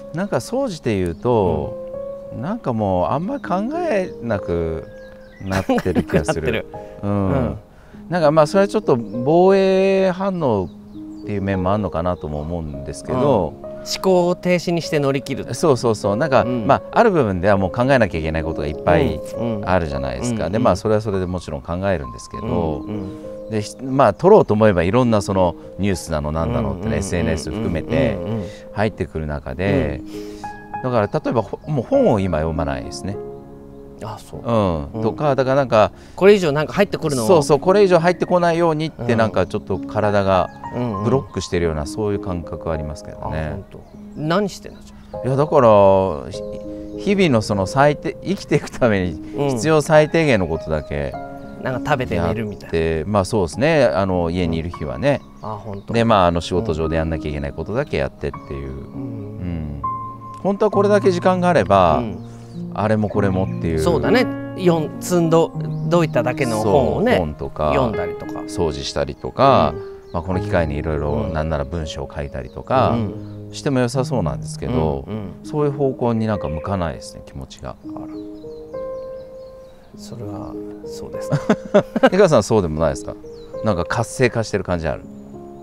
なんか総じて言うと、なんかもうあんまり考えなくなってる気がする。なんかまあそれはちょっと防衛反応っていう面もあるのかなとも思うんですけど、 思考停止にして乗り切る。 そうそうそう、なんか、まあある部分ではもう考えなきゃいけないことがいっぱいあるじゃないですか。でまあそれはそれでもちろん考えるんですけど、でまあ取ろうと思えばいろんなそのニュースなのなんだのってね、SNS 含めて入ってくる中で、だから例えばもう本を今読まないですね。 あ、そう。 とかだからなんかこれ以上なんか入ってくるのを、 そうそう、これ以上入ってこないようにってなんかちょっと体がブロックしてるようなそういう感覚はありますけどね。 何してんの？ いやだから日々のその生きていくために必要最低限のことだけなんか食べて寝るみたいな。 まあそうですね、家にいる日はね。でまあ仕事上でやんなきゃいけないことだけやってっていう。本当はこれだけ時間があれば、あれもこれもっていう。 そうだね。積んどいただけの本をね、 本とか読んだりとか掃除したりとか、まあこの機会にいろいろなんなら文章を書いたりとかしても良さそうなんですけど、そういう方向になんか向かないですね、気持ちが。 それはそうですね。 江川さんそうでもないですか？なんか活性化してる感じある？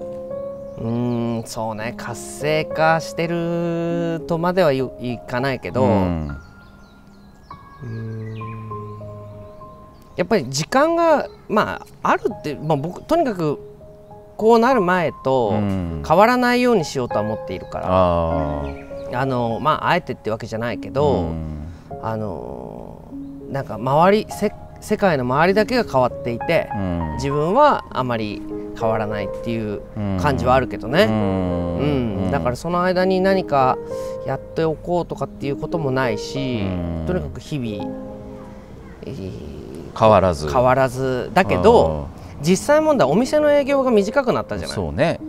そうね、活性化してるとまではいかないけど、やっぱり時間がまああるって、まあ、僕とにかくこうなる前と変わらないようにしようとは思っているから、まああえてってわけじゃないけど、なんか世界の周りだけが変わっていて、自分はあまり変わらないっていう感じはあるけどね。だからその間に何かやっておこうとかっていうこともないし、とにかく日々 変わらずだけど、実際問題お店の営業が短くなったじゃない。 そうね、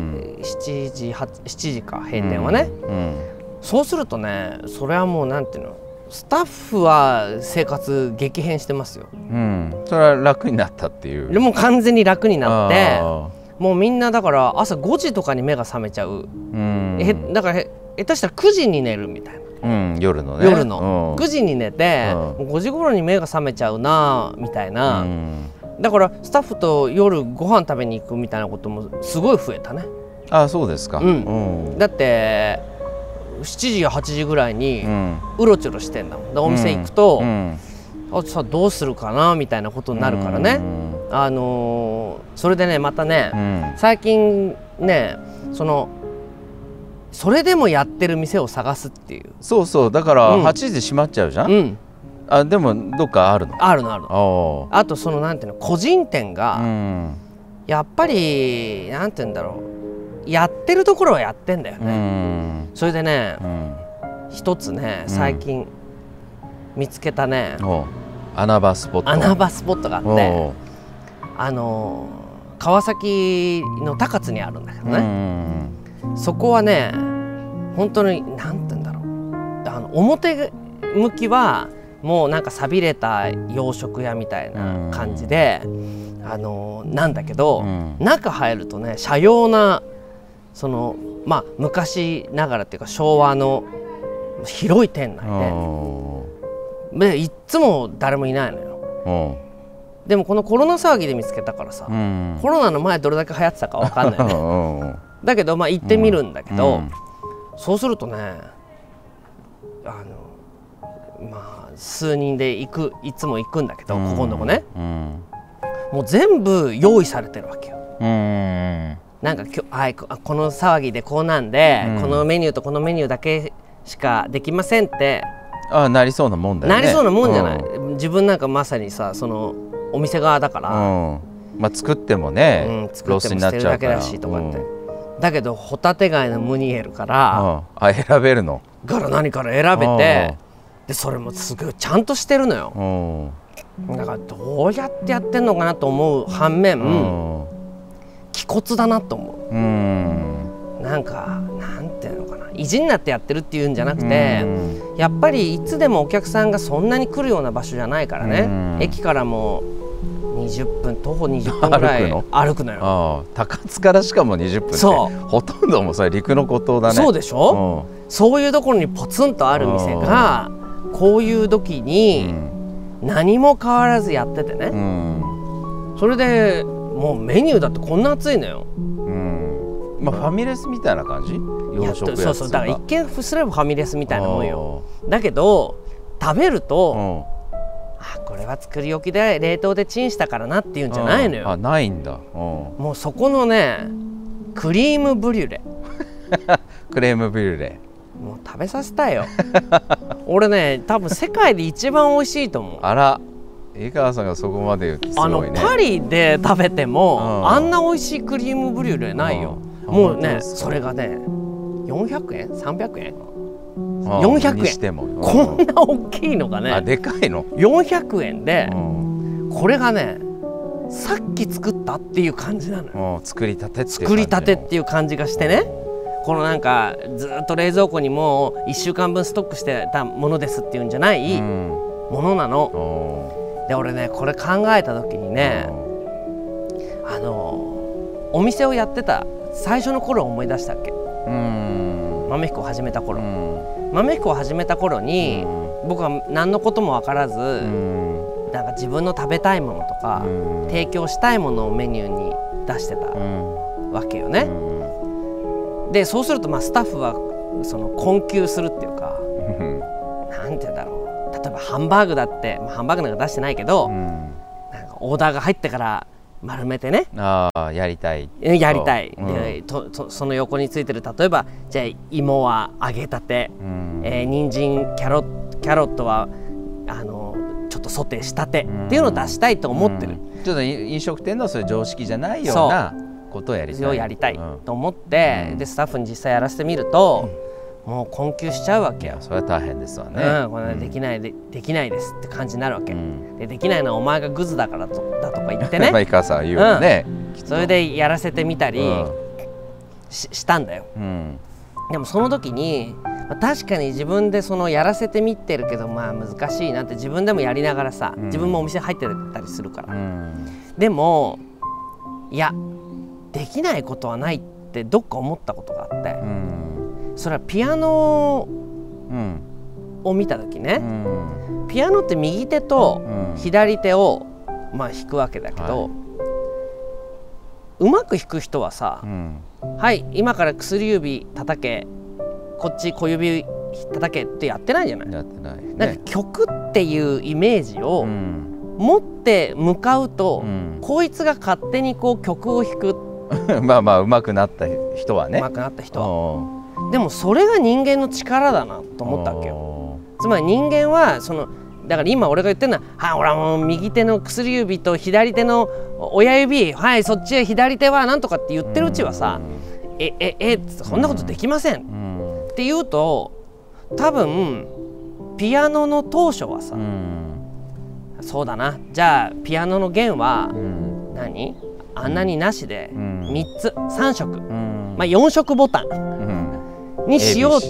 7時か閉店はね。そうするとね、それはもうなんていうの、スタッフは生活激変してますよ。 それは楽になったっていう。 でも完全に楽になって、もうみんなだから朝5時とかに目が覚めちゃう。だから下手したら9時に寝るみたいな。 夜のね。 夜の9時に寝て、5時頃に目が覚めちゃうなみたいな。だからスタッフと夜ご飯食べに行くみたいなこともすごい増えたね。 あ、そうですか。 だって7時や8時ぐらいにうろちょろしてんだもん。お店行くと、さあどうするかなみたいなことになるからね。それでね、またね、最近ね、それでもやってる店を探すっていう。 そうそう、だから8時で閉まっちゃうじゃん。でもどっかあるの？ あるの。あとなんていうの、個人店がやっぱりなんていうんだろう、やってるところはやってんだよね。それでね、一つね、最近見つけたね、 穴場スポットがあって、川崎の高津にあるんだけどね、そこはね、本当になんていうんだろう、表向きはもうなんか寂れた洋食屋みたいな感じで、なんだけど、中入るとね、斜陽なまあ昔ながらっていうか昭和の広い店内で、いっつも誰もいないのよ。でもこのコロナ騒ぎで見つけたからさ、コロナの前どれだけ流行ってたかわかんないね。だけどまあ行ってみるんだけど、そうするとね、まあ数人でいつも行くんだけど、ここのとこね、もう全部用意されてるわけよ。なんかこの騒ぎでこうなんで、このメニューとこのメニューだけしかできませんってなりそうなもんだよね。 なりそうなもんじゃない。自分なんかまさにさ、お店側だから、 まあ作ってもね、ロスになっちゃうから。 だけどホタテ貝のムニエルから選べるのから何から選べて、でそれもすごいちゃんとしてるのよ。だからどうやってやってんのかなと思う反面、気骨だなと思う。なんかなんていうのかな、意地になってやってるっていうんじゃなくて、やっぱりいつでもお客さんがそんなに来るような場所じゃないからね。駅からも20 20分徒歩20分ぐらい歩くのよ。 高津からしかも20分ってほとんどもそれ陸の孤島だね。 そうでしょ、そういうところにポツンとある店がこういう時に何も変わらずやっててね、それでもうメニューだってこんな熱いのよ。 まあファミレスみたいな感じ、洋食屋。 そうそう、だから一見すればファミレスみたいなもんよ。だけど食べると、これは作り置きで冷凍でチンしたからなっていうんじゃないのよ。 ないんだ。 もうそこのねクリームブリュレクレームブリュレもう食べさせたいよ俺ね多分世界で一番美味しいと思う。 あら、江川さんがそこまで言ってすごいね。 パリで食べても、あんな美味しいクリームブリュレないよ。もうねそれがね400円300円400円しても、 こんな大きいのがね、 でかいの 400円で、これがねさっき作ったっていう感じなのよ。 作りたてっていう感じがしてね、このなんかずっと冷蔵庫にもう1週間分ストックしてたものですっていうんじゃないものなの。で俺ねこれ考えた時にね、お店をやってた最初の頃を思い出したっけ。豆彦を始めた頃、豆彦を始めた頃に、僕は何のことも分からず、なんか自分の食べたいものとか、提供したいものをメニューに出してたわけよね。でそうするとスタッフはその困窮するっていうかなんて言うんだろう、例えばハンバーグだって、ハンバーグなんか出してないけど、なんかオーダーが入ってから丸めてね、 やりたいでその横についてる、例えばじゃあ芋は揚げたて、人参キャロットはちょっとソテーしたてっていうのを出したいと思ってる。 ちょっと飲食店のそういう常識じゃないようなことをやりたいと思って、でスタッフに実際やらせてみると、もう困窮しちゃうわけよ。 それは大変ですわね。 これできないですって感じになるわけ。できないのはお前がグズだからだとか言ってね井川さんは言うよね。 それでやらせてみたりしたんだよ。でもその時に確かに自分でそのやらせてみてるけど、難しいなって自分でもやりながらさ、自分もお店入ってたりするから、でもいやできないことはないってどっか思ったことがあって、それはピアノを見た時ね、ピアノって右手と左手を弾くわけだけど、うまく弾く人はさ、はい今から薬指叩け、こっち小指叩けってやってないじゃない。 やってないね。 なんか曲っていうイメージを持って向かうと、こいつが勝手にこう曲を弾くうまくなった人はね。 うまくなった人は。でもそれが人間の力だなと思ったわけよ。つまり人間はだから今俺が言ってるのは、俺はもう右手の薬指と左手の親指、はいそっちへ左手はなんとかって言ってるうちはさ、そんなことできませんって言うと、多分ピアノの当初はさ、そうだな、じゃあピアノの弦は何、あんなになしで3つ3色、4色ボタンにしよう、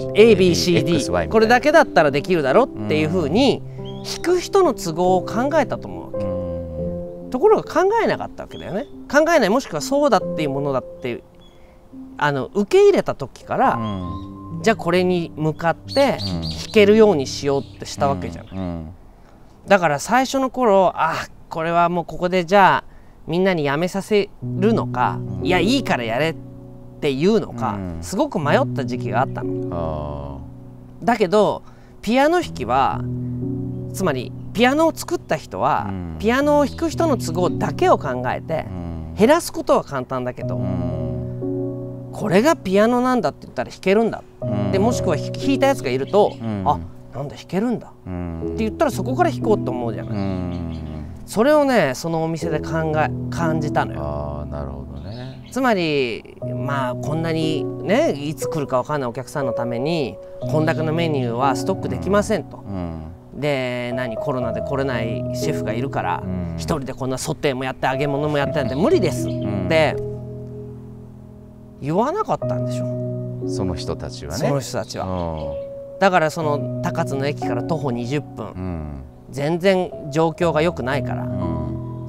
ABCD これだけだったらできるだろっていうふうに弾く人の都合を考えたと思うわけ。ところが考えなかったわけだよね。考えない、もしくはそうだっていうものだって受け入れた時から、じゃあこれに向かって弾けるようにしようってしたわけじゃない。だから最初の頃、これはもうここでじゃあみんなにやめさせるのか、いやいいからやれっていうのか、すごく迷った時期があったの。だけどピアノ弾きは、つまりピアノを作った人は、ピアノを弾く人の都合だけを考えて、減らすことは簡単だけど、これがピアノなんだって言ったら弾けるんだ、でもしくは弾いたやつがいると、なんだ弾けるんだって言ったらそこから弾こうと思うじゃない。それをねそのお店で感じたのよ。 なるほどね。 つまりこんなにねいつ来るか分かんないお客さんのためにこんだけのメニューはストックできませんと。でコロナで来れないシェフがいるから、一人でこんなソテーもやって揚げ物もやってなんて無理ですって言わなかったんでしょ、その人たちはね。その人たちは。だからその高津の駅から徒歩20分、全然状況が良くないから、その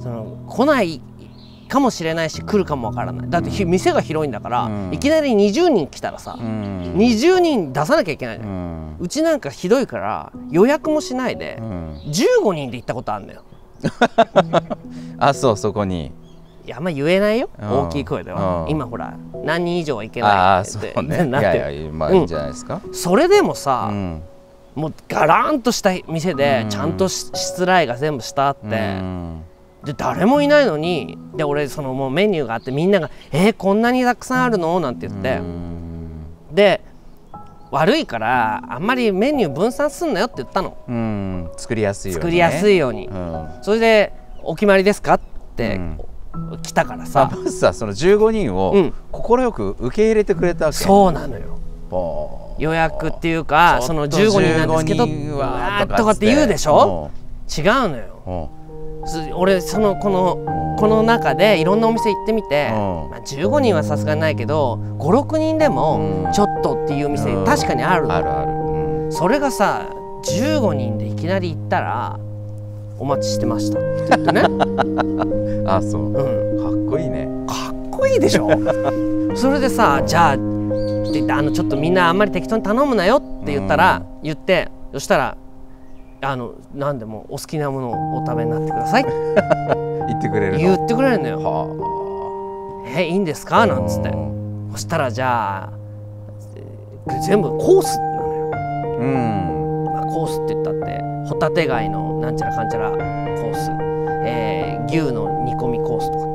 来ないかもしれないし来るかもわからない。だって店が広いんだから、いきなり20人来たらさ、20人出さなきゃいけないじゃん。うちなんかひどいから予約もしないで、15人で行ったことあるんだよ。 あ、そう、そこに。 いや、あんま言えないよ、大きい声では。今ほら何人以上はいけないってなってる。いやいや、まあいいんじゃないですか。それでもさ、もうガランとした店でちゃんとしつらいが全部してあって、で誰もいないのに、で俺そのもうメニューがあって、みんなが「こんなにたくさんあるの?」なんて言って、で悪いからあんまりメニュー分散すんなよって言ったの。作りやすいように、作りやすいように。それで「お決まりですか?」って来たからさ、 まずさ、その15人を快く受け入れてくれたわけ。 そうなのよ。予約っていうか、その15人なんですけどとかって言うでしょ。違うのよ。俺この中でいろんなお店行ってみて、15人はさすがにないけど5、6人でもちょっとっていう店確かにある。それがさ、15人でいきなり行ったら「お待ちしてました」って言ってね。 あ、そう、かっこいいね。 かっこいいでしょ。それでさ、じゃあって言ってちょっとみんなあんまり適当に頼むなよって言って、そしたら何でもお好きなものをお食べになってください言ってくれるのよ。いいんですかなんつって。そしたらじゃあ全部コースなのよ。コースって言ったってホタテ貝のなんちゃらかんちゃらコース、牛の煮込みコースとかって、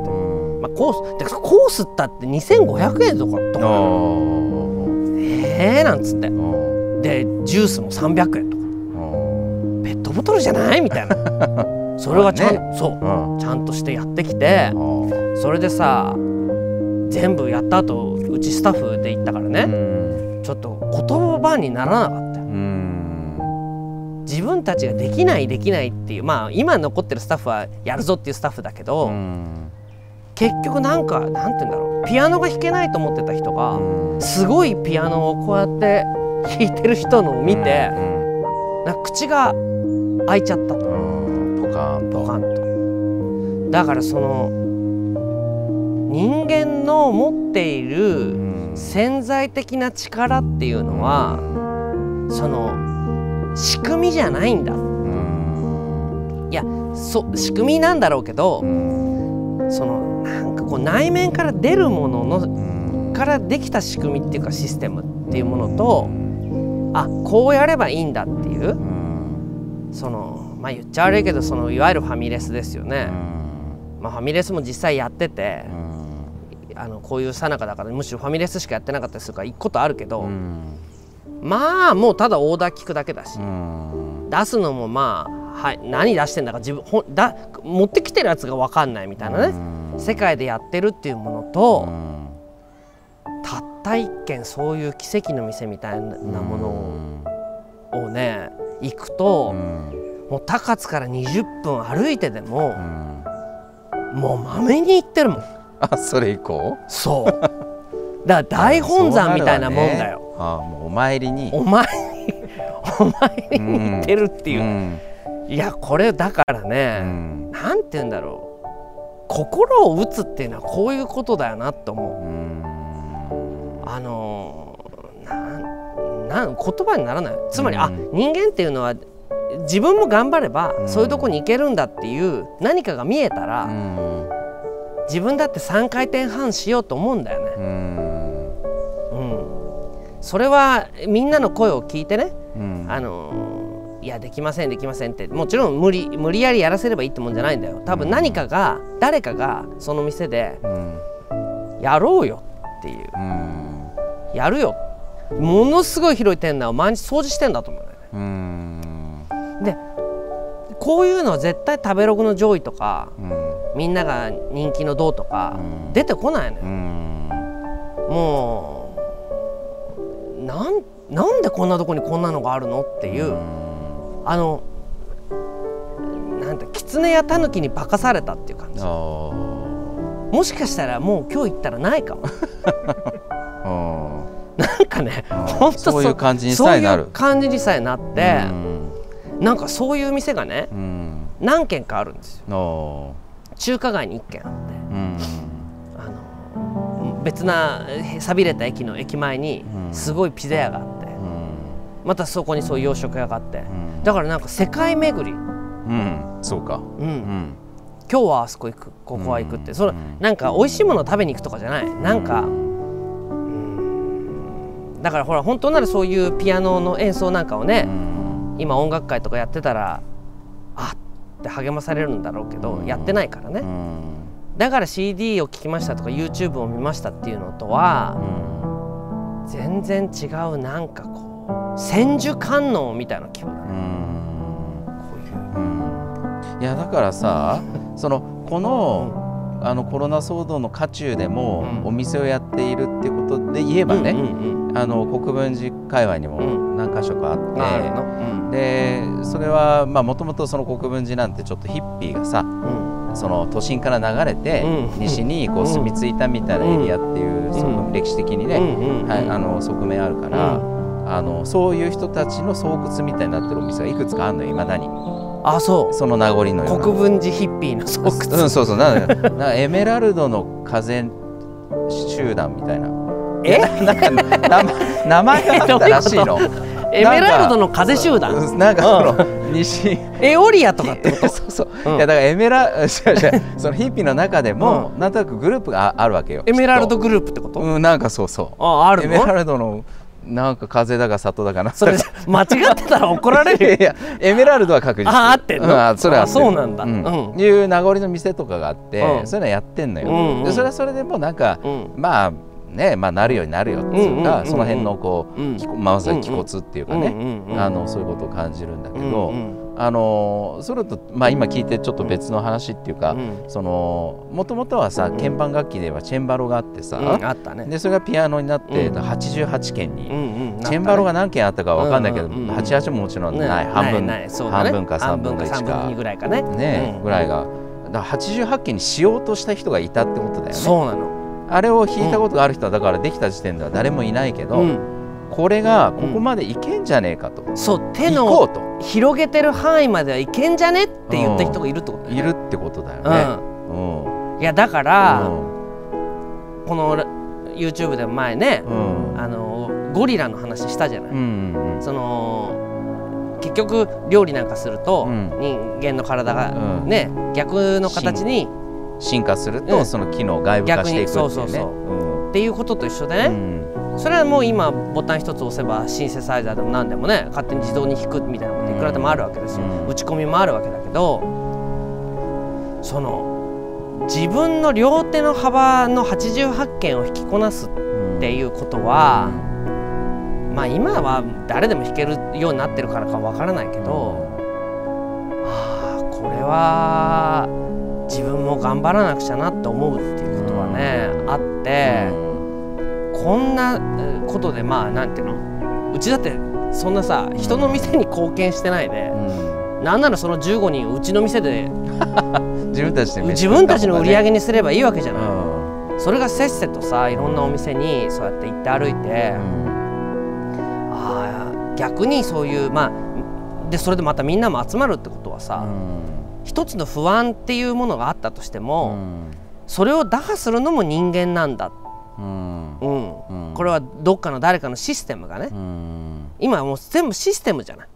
コースったって2500円とかなんつって、でジュースも300円とか、ペットボトルじゃないみたいな。それがちゃんとしてやってきて、それでさ、全部やった後うちスタッフで行ったからね、ちょっと言葉にならなかったよ。自分たちができないっていう、まあ今残ってるスタッフはやるぞっていうスタッフだけど、結局なんて言うんだろう、ピアノが弾けないと思ってた人がすごいピアノをこうやって弾いてる人のを見て、なんか口が開いちゃったと。ポカンと。だからその人間の持っている潜在的な力っていうのは、その仕組みじゃないんだ。いや、仕組みなんだろうけど、そのなんかこう内面から出るもののからできた仕組みっていうかシステムっていうものと、こうやればいいんだっていう、そのまあ言っちゃ悪いけど、そのいわゆるファミレスですよね。ファミレスも実際やってて、こういう最中だからむしろファミレスしかやってなかったりするから行くことあるけど、まあもうただオーダー聞くだけだし、出すのも何出してんだか持ってきてるやつが分かんないみたいなね、世界でやってるっていうものと、たった一軒そういう奇跡の店みたいなものをね行くと、もう高津から20分歩いてでも、もうまめに行ってるもん。 それ以降？そう。 だから大本山みたいなもんだよ。 もうお参りに行ってるっていう。いや、これだからね、なんて言うんだろう、心を打つっていうのはこういうことだよなって思う。言葉にならない。つまり人間っていうのは自分も頑張ればそういうとこに行けるんだっていう何かが見えたら、自分だって3回転半しようと思うんだよね。それはみんなの声を聞いてね、いやできませんって、もちろん無理やりやらせればいいってもんじゃないんだよ。多分誰かがその店でやろうよっていう、やるよ、ものすごい広い店内を毎日掃除してんだと思うんだよね。でこういうのは絶対食べログの上位とか、みんなが人気のどうとか出てこないのよ。もうなんでこんなとこにこんなのがあるのっていう、なんて狐や狸に化かされたっていう感じ。もしかしたらもう今日行ったらないかも。なんかね、本当そういう感じにさえなる。 そういう感じにさえなって、なんかそういう店がね、何軒かあるんですよ。 中華街に1軒あって、別な寂れた駅の駅前にすごいピザ屋があって、またそこにそういう洋食屋があって、だからなんか世界巡り、 そうか、 今日はあそこ行く、ここは行くって、そのなんか美味しいものを食べに行くとかじゃない、なんかだからほら本当ならそういうピアノの演奏なんかをね、今音楽会とかやってたらあって励まされるんだろうけど、やってないからね。だから CD を聴きましたとか YouTube を見ましたっていうのとは全然違う、なんかこう千手観音みたいな気分だね。 いやだからさ、このコロナ騒動の渦中でもお店をやっているっていうことで言えばね、国分寺界隈にも何か所かあって、でそれはもともとその国分寺なんてちょっとヒッピーがさ、その都心から流れて西にこう住み着いたみたいなエリアっていう歴史的にね側面あるから、そういう人たちの巣窟みたいになってるお店がいくつかあるのよ、いまだに。 あ、そう。 その名残のような国分寺ヒッピーの巣窟。 そうそう、なんかエメラルドの風集団みたいな。なんか名前があったらしいの。 エメラルドの風集団。 なんかその西エオリアとかってこと。 そうそう。いやだからそのヒッピーの中でもなんとなくグループがあるわけよ。 エメラルドグループってこと。 なんかそうそう。 あるの。 エメラルドのなんか風だか里だかな。 それ間違ってたら怒られる。 いやエメラルドは確実。 あってんの。 それはそうなんだ。 いう名残の店とかがあって、そういうのやってんのよ。でそれはそれでもなんかまあね、なるようになるよっていうか、その辺のこうまさに気骨っていうかね、そういうことを感じるんだけど、それと今聞いてちょっと別の話っていうか、もともとはさ鍵盤楽器ではチェンバロがあってさ、でそれがピアノになって88件にチェンバロが何件あったかわかんないけど、88ももちろんない、半分か3分の1かぐらいかね、 ぐらいがだから88件にしようとした人がいたってことだよね。 そうなの。 あれを弾いたことがある人はだからできた時点では誰もいないけど、これがここまでいけんじゃねえかと、 そう手の広げてる範囲まではいけんじゃねって言った人がいるってことだよね。 いるってことだよね。 いやだからこの YouTube でも前ね、ゴリラの話したじゃない。その結局料理なんかすると人間の体がね逆の形に進化すると、その機能を外部化していくっていうね。 っていうことと一緒でね、それはもう今ボタン一つ押せばシンセサイザーでも何でもね勝手に自動に弾くみたいなこといくらでもあるわけですよ。打ち込みもあるわけだけど、その自分の両手の幅の88件を弾きこなすっていうことは、今は誰でも弾けるようになってるからかわからないけど、これは自分も頑張らなくちゃなって思うっていうことはね、あって、こんなことでなんていうの、うちだってそんなさ人の店に貢献してないで、なんならその15人うちの店で自分たちの売り上げにすればいいわけじゃない。それがせっせとさいろんなお店にそうやって行って歩いて、逆にそういうでそれでまたみんなも集まるってことはさ、一つの不安っていうものがあったとしても、それを打破するのも人間なんだ、これはどっかの誰かのシステムがね、今はもう全部システムじゃない、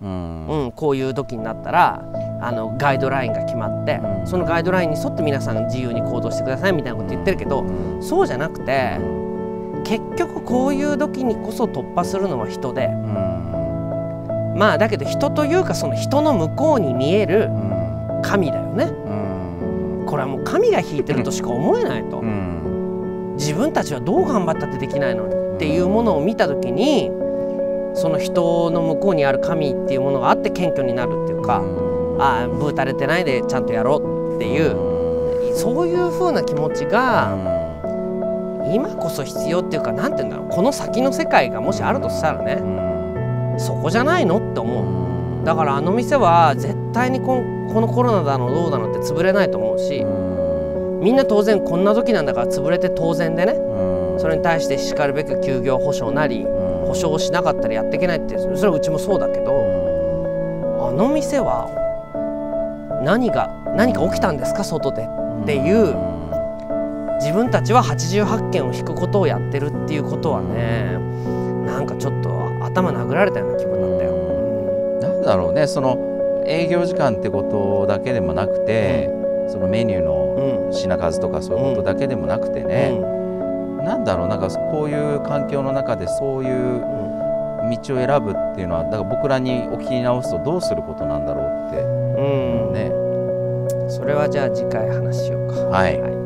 こういう時になったらガイドラインが決まって、そのガイドラインに沿って皆さん自由に行動してくださいみたいなこと言ってるけど、そうじゃなくて結局こういう時にこそ突破するのは人で、だけど人というかその人の向こうに見える神だよね。これはもう神が弾いてるとしか思えないと、自分たちはどう頑張ったってできないのにっていうものを見た時に、その人の向こうにある神っていうものがあって謙虚になるっていうか、ブー垂れてないでちゃんとやろうっていう、そういう風な気持ちが今こそ必要っていうか、なんていうんだろう、この先の世界がもしあるとしたらね、そこじゃないのって思う。だからあの店は絶対にこのコロナだのどうだのって潰れないと思うし、みんな当然こんな時なんだから潰れて当然でね、それに対してしかるべく休業保障なり保証をしなかったらやっていけないって、それはうちもそうだけど、あの店は何か起きたんですか外でっっていう自分たちは88件を引くことをやってるっていうことはね、なんかちょっと頭殴られたような気分なんだよ。 なんだろうね、その営業時間ってことだけでもなくて、そのメニューの品数とかそういうことだけでもなくてね、なんだろう、なんかこういう環境の中でそういう道を選ぶっていうのは、だから僕らにお聞き直すとどうすることなんだろうって、ね。 それはじゃあ次回話しようか。 はい。